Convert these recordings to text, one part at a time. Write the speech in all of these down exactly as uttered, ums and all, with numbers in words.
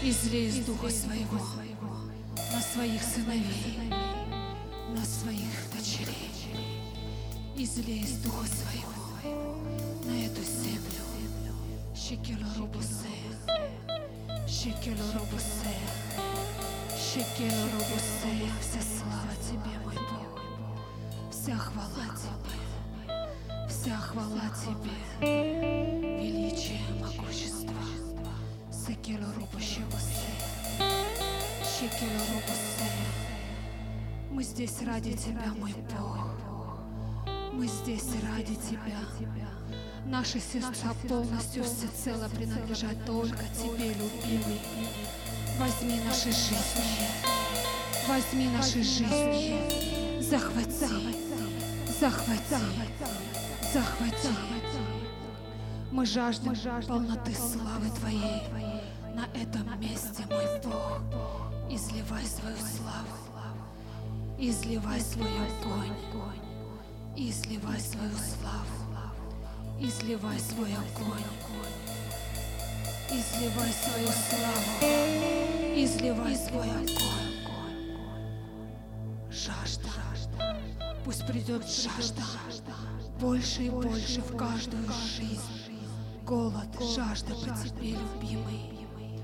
излей из Духа Своего на своих сыновей, на своих дочерей. Излей из Духа Своего на эту землю. Шекелоробусе, Шекелоробусе, Шекелоробусе. Вся слава Тебе, мой Бог, вся хвала Тебе, вся хвала Тебе, величие, могущество. Секелоробусе, Шекелоробусе. Мы здесь ради Тебя, мой Бог. Мы здесь ради Тебя. Наши сердца полностью всецело принадлежат только Тебе, любимый. Возьми наши жизни, возьми наши жизни, захвати, захвати, захвати. Мы жаждем полноты славы Твоей на этом месте, мой Бог. Изливай свою славу, изливай свой огонь, изливай свою славу. Изливай свой огонь, изливай свою славу, изливай свой огонь. Жажда, пусть придет жажда, больше и больше в каждую жизнь. Голод, жажда по Тебе, любимый.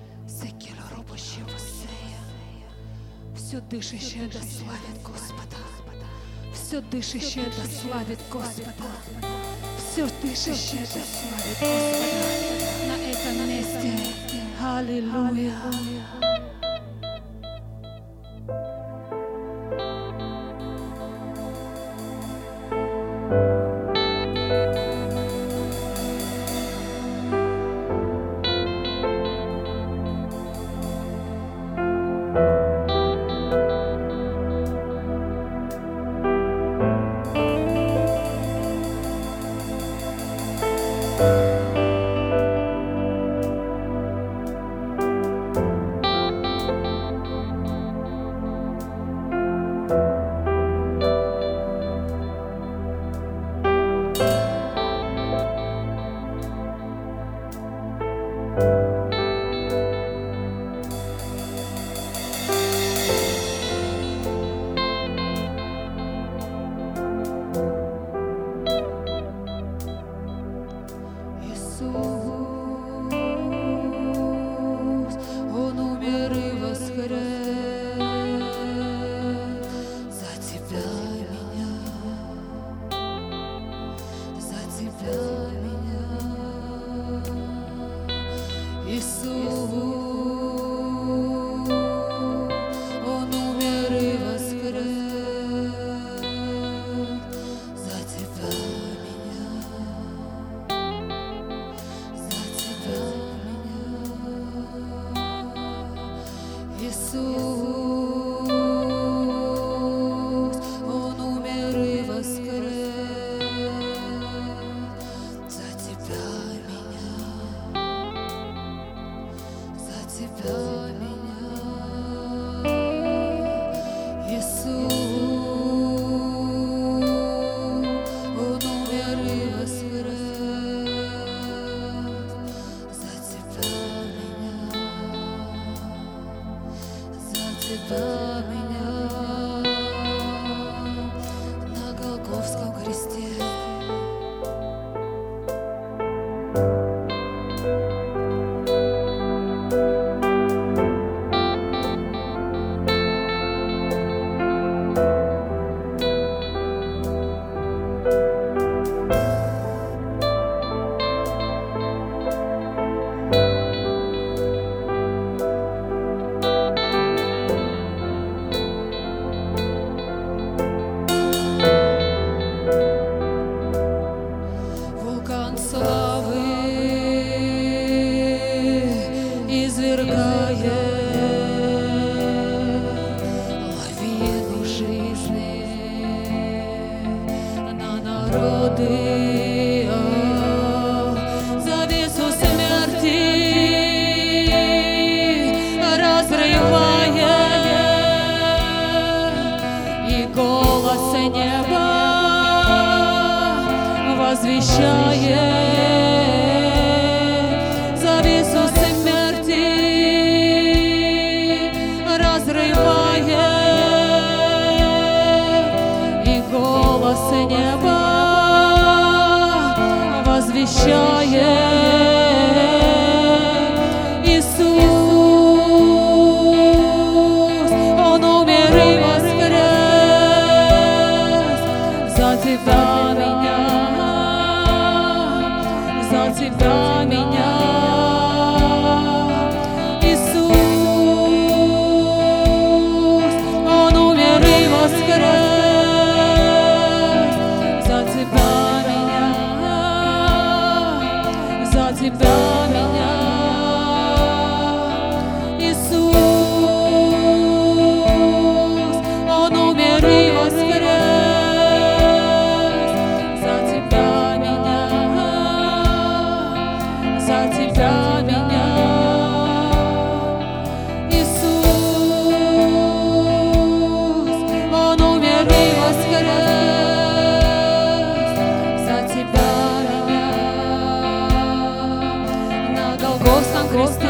Секелоробущевусея. Все дышащее да славит Господа, все дышащее да славит Господа. Все дышащее да славит Господа на этом месте. Аллилуйя. возвещает завесу смерти. возвещает Иисус, Он умер и воскрес за тебя меня, за тебя меня. Иисус, Он умер и воскрес за тебя меня, за тебя меня. Иисус, Он умер и воскрес за тебя меня, за тебя меня. Иисус, Он умер и воскрес за тебя меня на Голгофском кресте.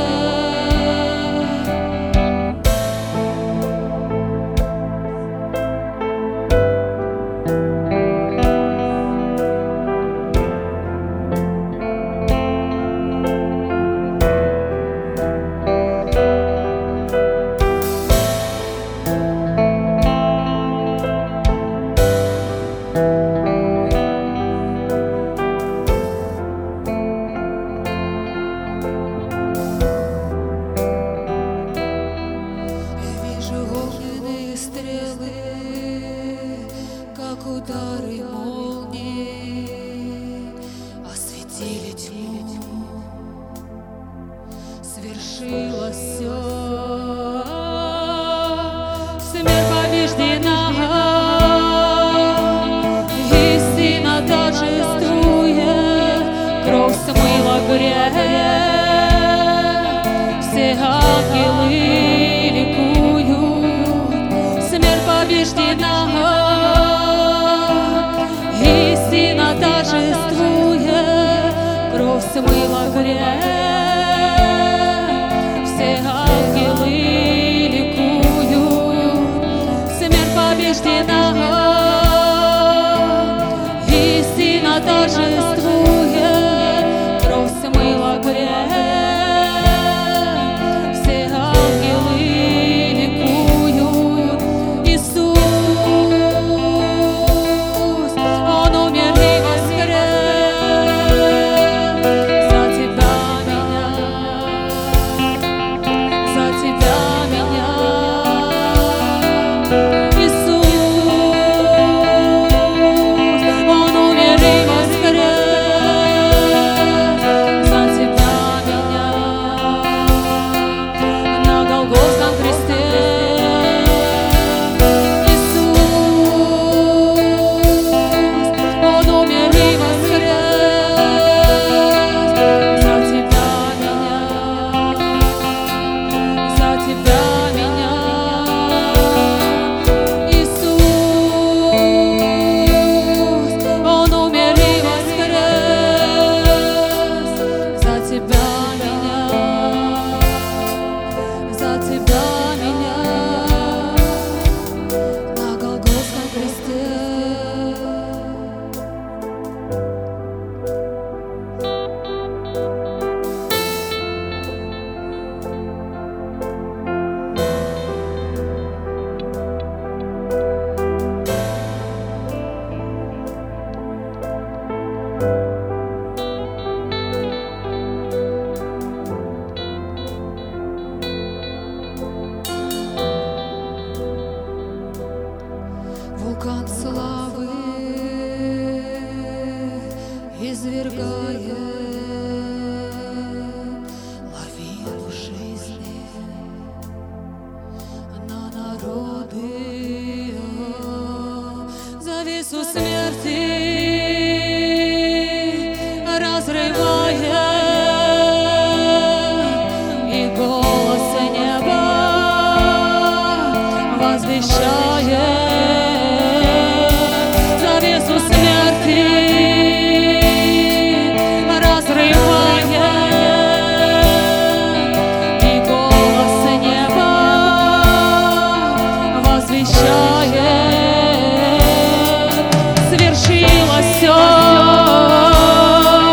Удары молнии осветили тьму, свершилось все, смерть побеждена, истина торжествует, кровь смыла грех, все ангелы ликуют, смерть побеждена. Истина торжествует, кровь смыла грех, все ангелы ликуют, смерть побеждена. Истина торжествует, кровь смыла грех, все ангелы ликуют. Иисус, вулкан славы извергает лавину жизни на народы, завесу смерти разрывает, и голос неба возвещает. Завесу смерти разрывает, и голос неба возвещает. Свершилось все,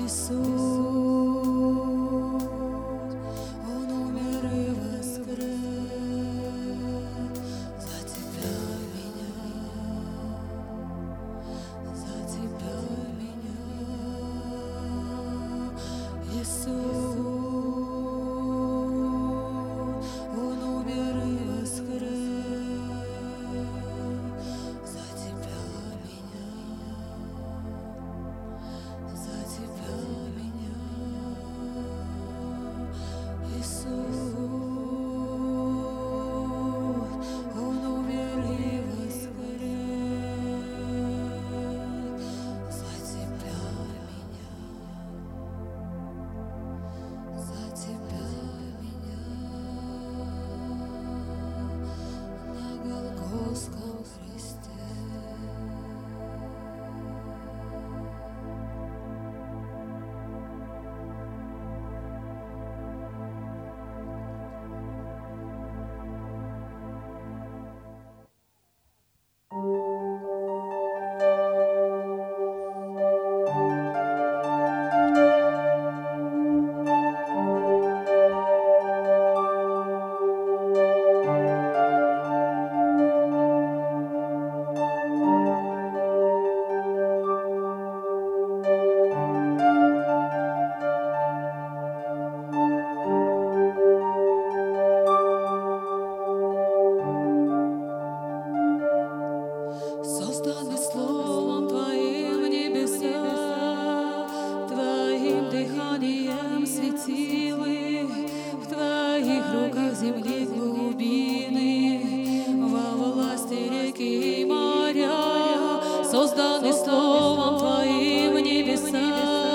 Созданы словом Твоим небеса,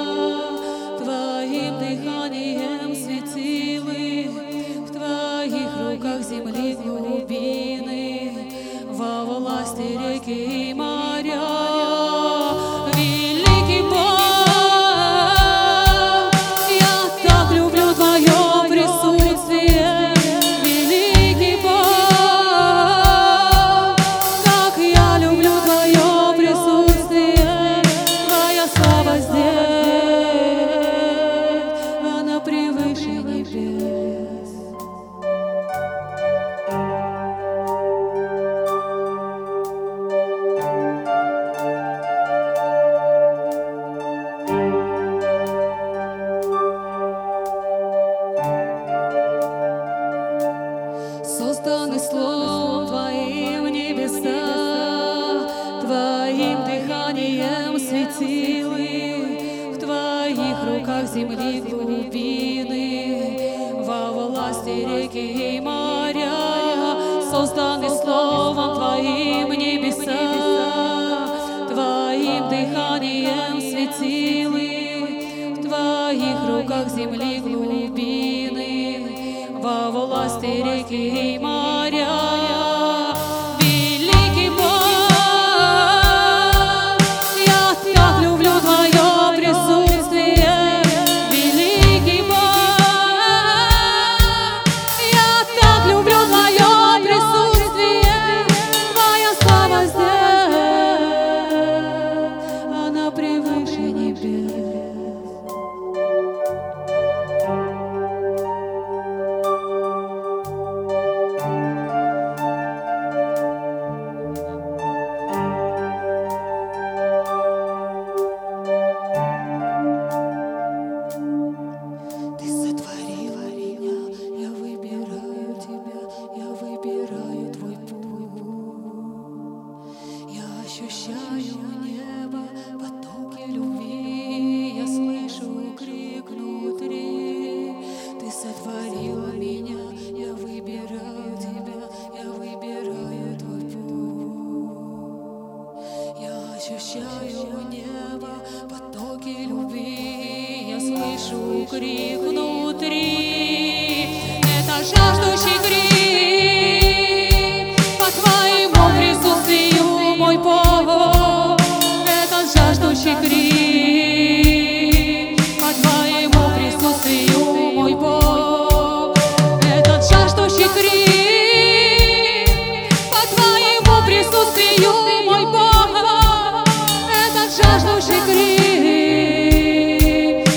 Твоим дыханием светилы, в Твоих руках земли глубины, во власти реки и моря. Великий Бог, я так люблю Твое присутствие. Великий Бог, как я люблю Твое присутствие. Твоя слава здесь, она превыше небес. Созданы словом Твоим небеса, Твоим дыханием светилы, в Твоих руках земли глубины, во власти реки и моря. Созданы словом Твоим небеса, Твоим дыханием светилы, в Твоих руках земли глубины, во власти реки и моря. Великий Бог, я так люблю Твое присутствие. Великий Бог, я так люблю Твое присутствие. Твоя слава здесь, она превыше небес. Ощущаю небо, потоки любви, я слышу крик внутри. Ты сотворила меня, я выбираю тебя, я выбираю твой путь. Я ощущаю небо, потоки любви, я слышу крик внутри. Это жаждущий крик по Твоему присутствию, мой Бог, это жаждущий крик по Твоему присутствию, мой Бог, это жаждущий крик по Твоему присутствию, мой Бог, это жаждущий крик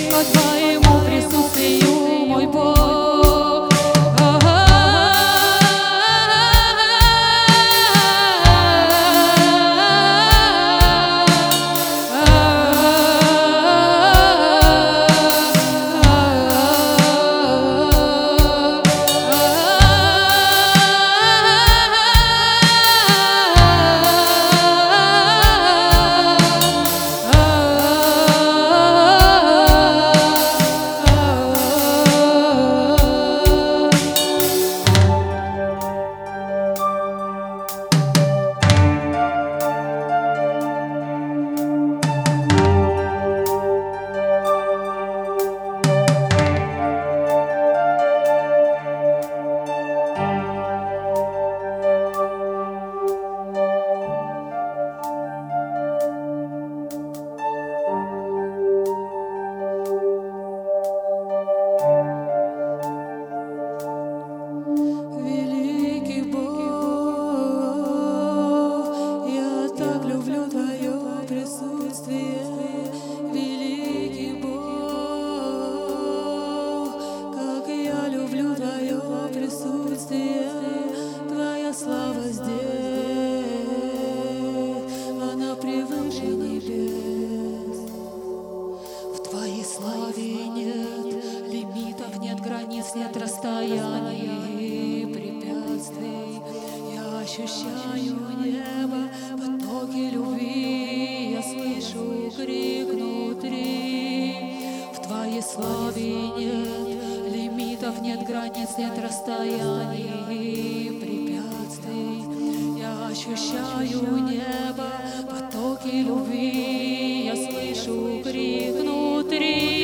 Твоей славе нет лимитов, нет границ, нет расстояний, препятствий. Я ощущаю небо, потоки любви, я слышу крик внутри. В Твоей славе нет лимитов, нет границ, нет расстояний, препятствий. Я ощущаю небо, потоки любви, я слышу крик внутри.